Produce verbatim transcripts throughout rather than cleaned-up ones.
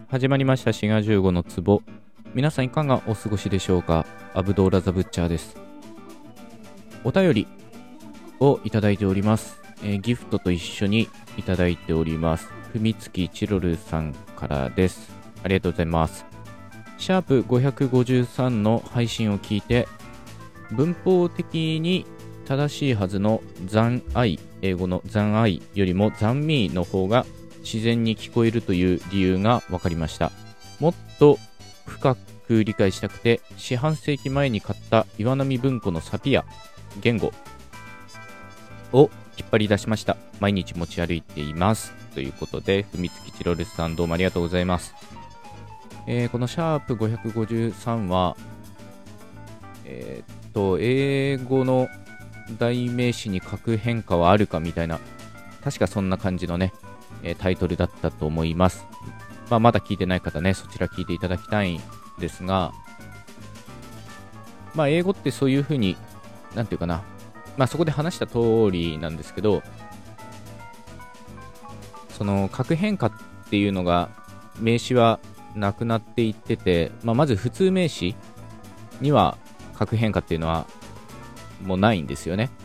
始まりましたしがじゅうごの壺。皆さんいかがお過ごしでしょうか。アブドーラザブッチャーです。お便りをいただいております、えー、ギフトと一緒にいただいております。ふみつきチロルさんからです。ありがとうございます。シャープごひゃくごじゅうさんの配信を聞いて、文法的に正しいはずの残愛、英語の残愛よりも残ミーの方が自然に聞こえるという理由が分かりました。もっと深く理解したくて、四半世紀前に買った岩波文庫のサピア言語を引っ張り出しました。毎日持ち歩いていますということで、ふみつきチロルさんどうもありがとうございます。えー、このシャープごひゃくごじゅうさんはえー、っと英語の代名詞に核変化はあるかみたいな、確かそんな感じのね、えー、タイトルだったと思います。まあ、まだ聞いてない方ね、そちら聞いていただきたいんですが、まあ、英語ってそういう風に、なんていうかな、まあ、そこで話した通りなんですけど、その核変化っていうのが名詞はなくなっていってて、まあ、まず普通名詞には核変化っていうのはもうないんですよね。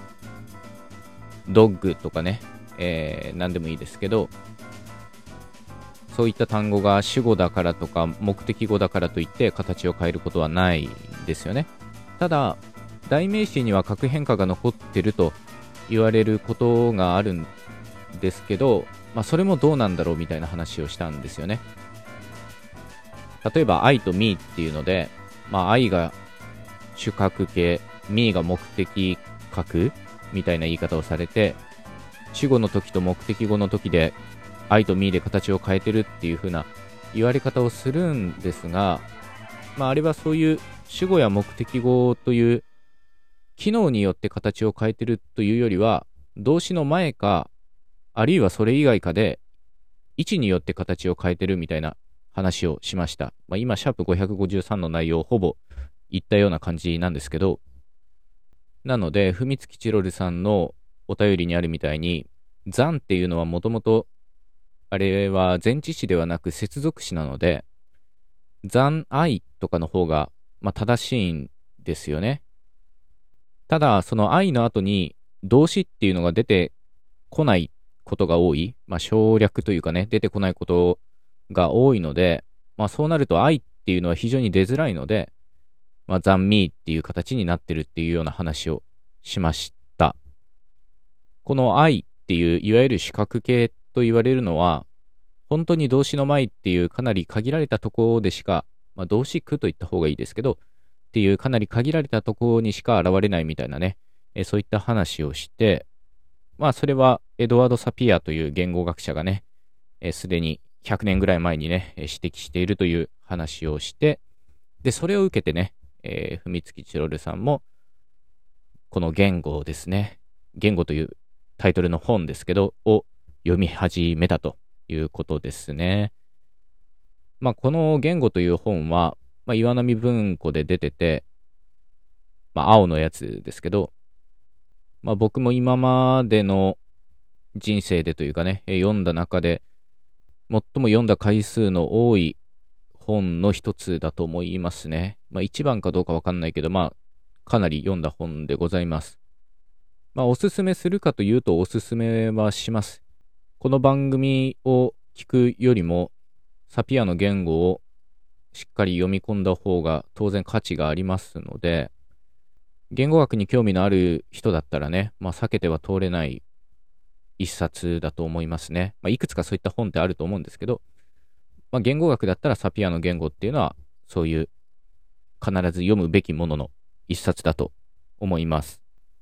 ドッグとかね、えー、何でもいいですけど、そういった単語が主語だからとか目的語だからといって形を変えることはないんですよね。ただ代名詞には核変化が残ってると言われることがあるんですけど、まあ、それもどうなんだろうみたいな話をしたんですよね。例えば I と Me っていうので、まあ、I が主格形、Me が目的格みたいな言い方をされて、主語の時と目的語の時で I と Me で形を変えてるっていう風な言われ方をするんですが、まあ、あれはそういう主語や目的語という機能によって形を変えてるというよりは、動詞の前かあるいはそれ以外かで位置によって形を変えてるみたいな話をしました。まあ、今シャープごひゃくごじゅうさんの内容をほぼ言ったような感じなんですけど、なのでふみつきチロルさんのお便りにあるみたいに、残っていうのはもともとあれは前置詞ではなく接続詞なので、残愛とかの方が、まあ、正しいんですよね。ただその愛の後に動詞っていうのが出てこないことが多い、まあ、省略というかね、出てこないことが多いので、まあ、そうなると愛っていうのは非常に出づらいので、まあ、残ミーっていう形になってるっていうような話をしました。この愛っていういわゆる主格形と言われるのは、本当に動詞の前っていうかなり限られたところでしか、まあ、動詞句と言った方がいいですけど、っていうかなり限られたところにしか現れないみたいなね、えそういった話をして、まあそれはエドワード・サピアという言語学者がね、すでにひゃくねんぐらい前にね、指摘しているという話をして、で、それを受けてね、えー、ふみつきチロルさんも、この言語をですね、言語というタイトルの本ですけど、を読み始めたということですね。まあこの言語という本は、まあ、岩波文庫で出てて、まあ青のやつですけど、まあ僕も今までの人生でというかね、読んだ中で最も読んだ回数の多い本の一つだと思いますね。まあ一番かどうかわかんないけど、まあかなり読んだ本でございます。まあおすすめするかというとおすすめはします。この番組を聞くよりもサピアの言語をしっかり読み込んだ方が当然価値がありますので、言語学に興味のある人だったらね、まあ避けては通れない一冊だと思いますね。まあ、いくつかそういった本ってあると思うんですけど、まあ、言語学だったらサピアの言語っていうのはそういう必ず読むべきものの一冊だと思います。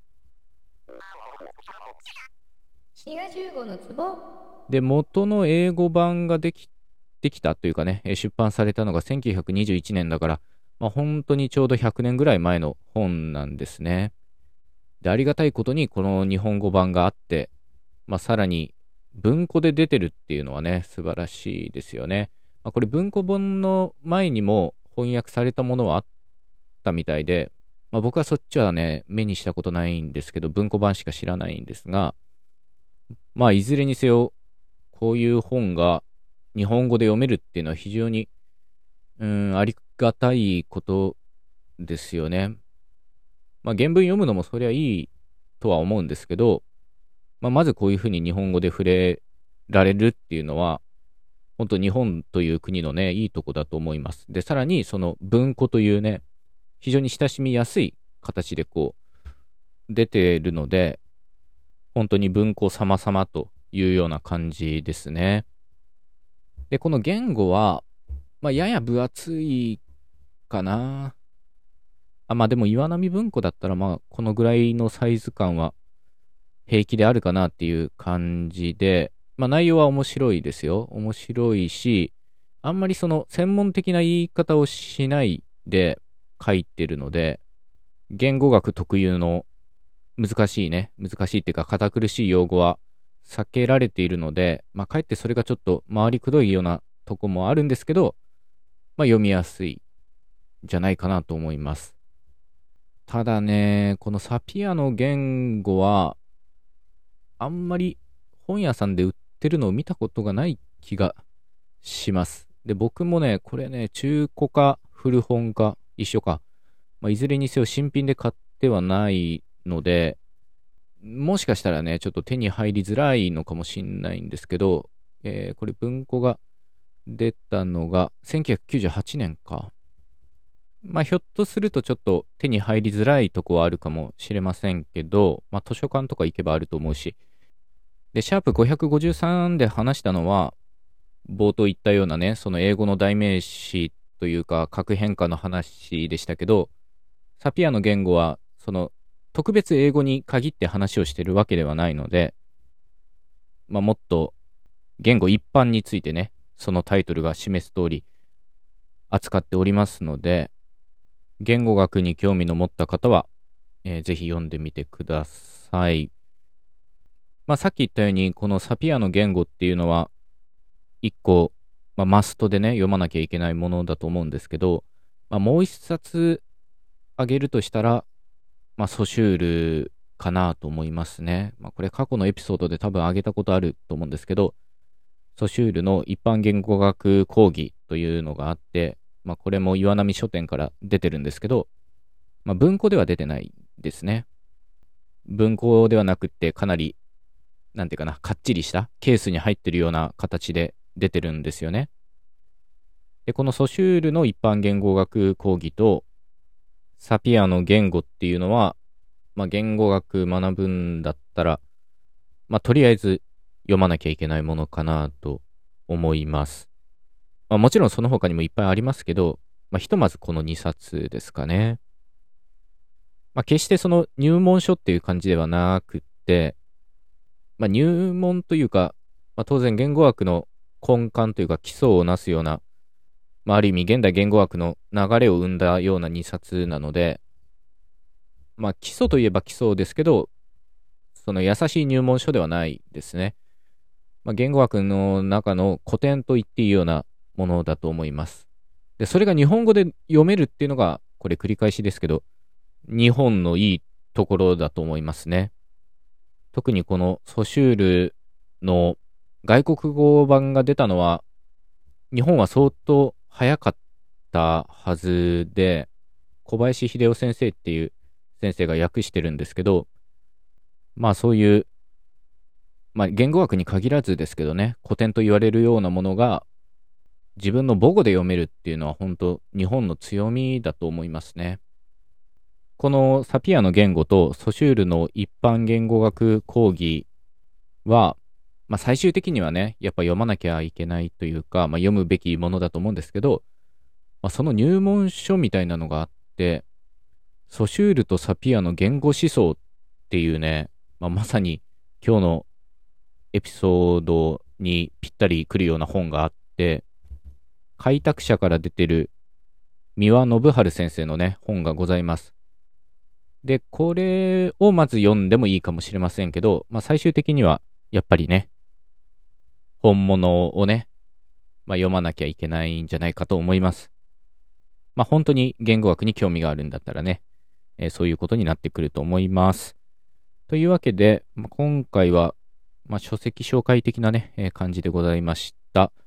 で、元の英語版ができできたというかね、出版されたのがせんきゅうひゃくにじゅういちねんだから、まあ、本当にちょうどひゃくねんぐらい前の本なんですね。で、ありがたいことにこの日本語版があって、まあ、さらに文庫で出てるっていうのはね、素晴らしいですよね。まあ、これ文庫本の前にも翻訳されたものはあったみたいで、まあ、僕はそっちはね、目にしたことないんですけど、文庫版しか知らないんですが、まあ、いずれにせよ、こういう本が日本語で読めるっていうのは非常に、うん、ありがたいことですよね。まあ、原文読むのもそりゃいいとは思うんですけど、まあ、まずこういうふうに日本語で触れられるっていうのは、本当日本という国のね、いいとこだと思います。で、さらにその文庫というね、非常に親しみやすい形でこう、出てるので、本当に文庫様々というような感じですね。で、この言語は、まあ、やや分厚いかな。あ、まあでも岩波文庫だったら、まあ、このぐらいのサイズ感は平気であるかなっていう感じで、まあ内容は面白いですよ。面白いし、あんまりその専門的な言い方をしないで書いてるので、言語学特有の難しいね、難しいっていうか堅苦しい用語は避けられているので、まあかえってそれがちょっと回りくどいようなとこもあるんですけど、まあ読みやすいんじゃないかなと思います。ただね、このサピアの言語は、あんまり本屋さんで売ってるのを見たことがない気がします。で、僕もね、これね、中古か古本か一緒か、まあ、いずれにせよ新品で買ってはないので、もしかしたらね、ちょっと手に入りづらいのかもしんないんですけど、えーこれ文庫が出たのがせんきゅうひゃくきゅうじゅうはちねんか。まあ、ひょっとするとちょっと手に入りづらいとこはあるかもしれませんけど、まあ、図書館とか行けばあると思うし。で、シャープごひゃくごじゅうさんで話したのは、冒頭言ったようなね、その英語の代名詞というか、核変化の話でしたけど、サピアの言語は、その、特別英語に限って話をしてるわけではないので、まあ、もっと言語一般についてね、そのタイトルが示す通り扱っておりますので、言語学に興味の持った方は、えーぜひ読んでみてください。まあ、さっき言ったように、このサピアの言語っていうのは、一個、まあ、マストでね、読まなきゃいけないものだと思うんですけど、まあ、もう一冊あげるとしたら、まあ、ソシュールかなと思いますね。まあ、これ過去のエピソードで多分あげたことあると思うんですけど、ソシュールの一般言語学講義というのがあって、まあ、これも岩波書店から出てるんですけど、まあ、文庫では出てないですね。文庫ではなくってかなり、なんていうかな、かっちりしたケースに入ってるような形で出てるんですよね。で、このソシュールの一般言語学講義と、サピアの言語っていうのは、まあ、言語学学ぶんだったら、まあ、とりあえず読まなきゃいけないものかなと思います。まあ、もちろんその他にもいっぱいありますけど、まあ、ひとまずこのにさつですかね。まあ、決してその入門書っていう感じではなくって、まあ、入門というか、まあ、当然言語学の根幹というか基礎をなすような、まあ、ある意味現代言語学の流れを生んだようなにさつなので、まあ、基礎といえば基礎ですけど、その優しい入門書ではないですね。まあ、言語学の中の古典と言っていいようなものだと思います。で、それが日本語で読めるっていうのが、これ繰り返しですけど、日本のいいところだと思いますね。特にこのソシュールの外国語版が出たのは、日本は相当早かったはずで、小林秀夫先生っていう先生が訳してるんですけど、まあそういう、まあ言語学に限らずですけどね、古典と言われるようなものが自分の母語で読めるっていうのは本当日本の強みだと思いますね。このサピアの言語とソシュールの一般言語学講義は、まあ最終的にはね、やっぱ読まなきゃいけないというか、まあ読むべきものだと思うんですけど、まあ、その入門書みたいなのがあって、ソシュールとサピアの言語思想っていうね、まあ、まさに今日のエピソードにぴったり来るような本があって、開拓者から出てる三輪信春先生のね、本がございます。で、これをまず読んでもいいかもしれませんけど、まあ、最終的にはやっぱりね、本物をね、まあ、読まなきゃいけないんじゃないかと思います。まあ、本当に言語学に興味があるんだったらね、えーそういうことになってくると思います。というわけで、まあ、今回は、まあ、書籍紹介的なね、えー感じでございました。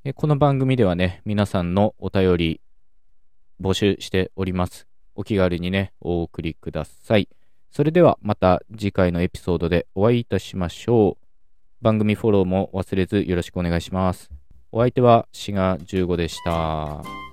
えこの番組ではね、皆さんのお便り募集しております。お気軽にね、お送りください。それではまた次回のエピソードでお会いいたしましょう。番組フォローも忘れずよろしくお願いします。お相手はしがじゅうごでした。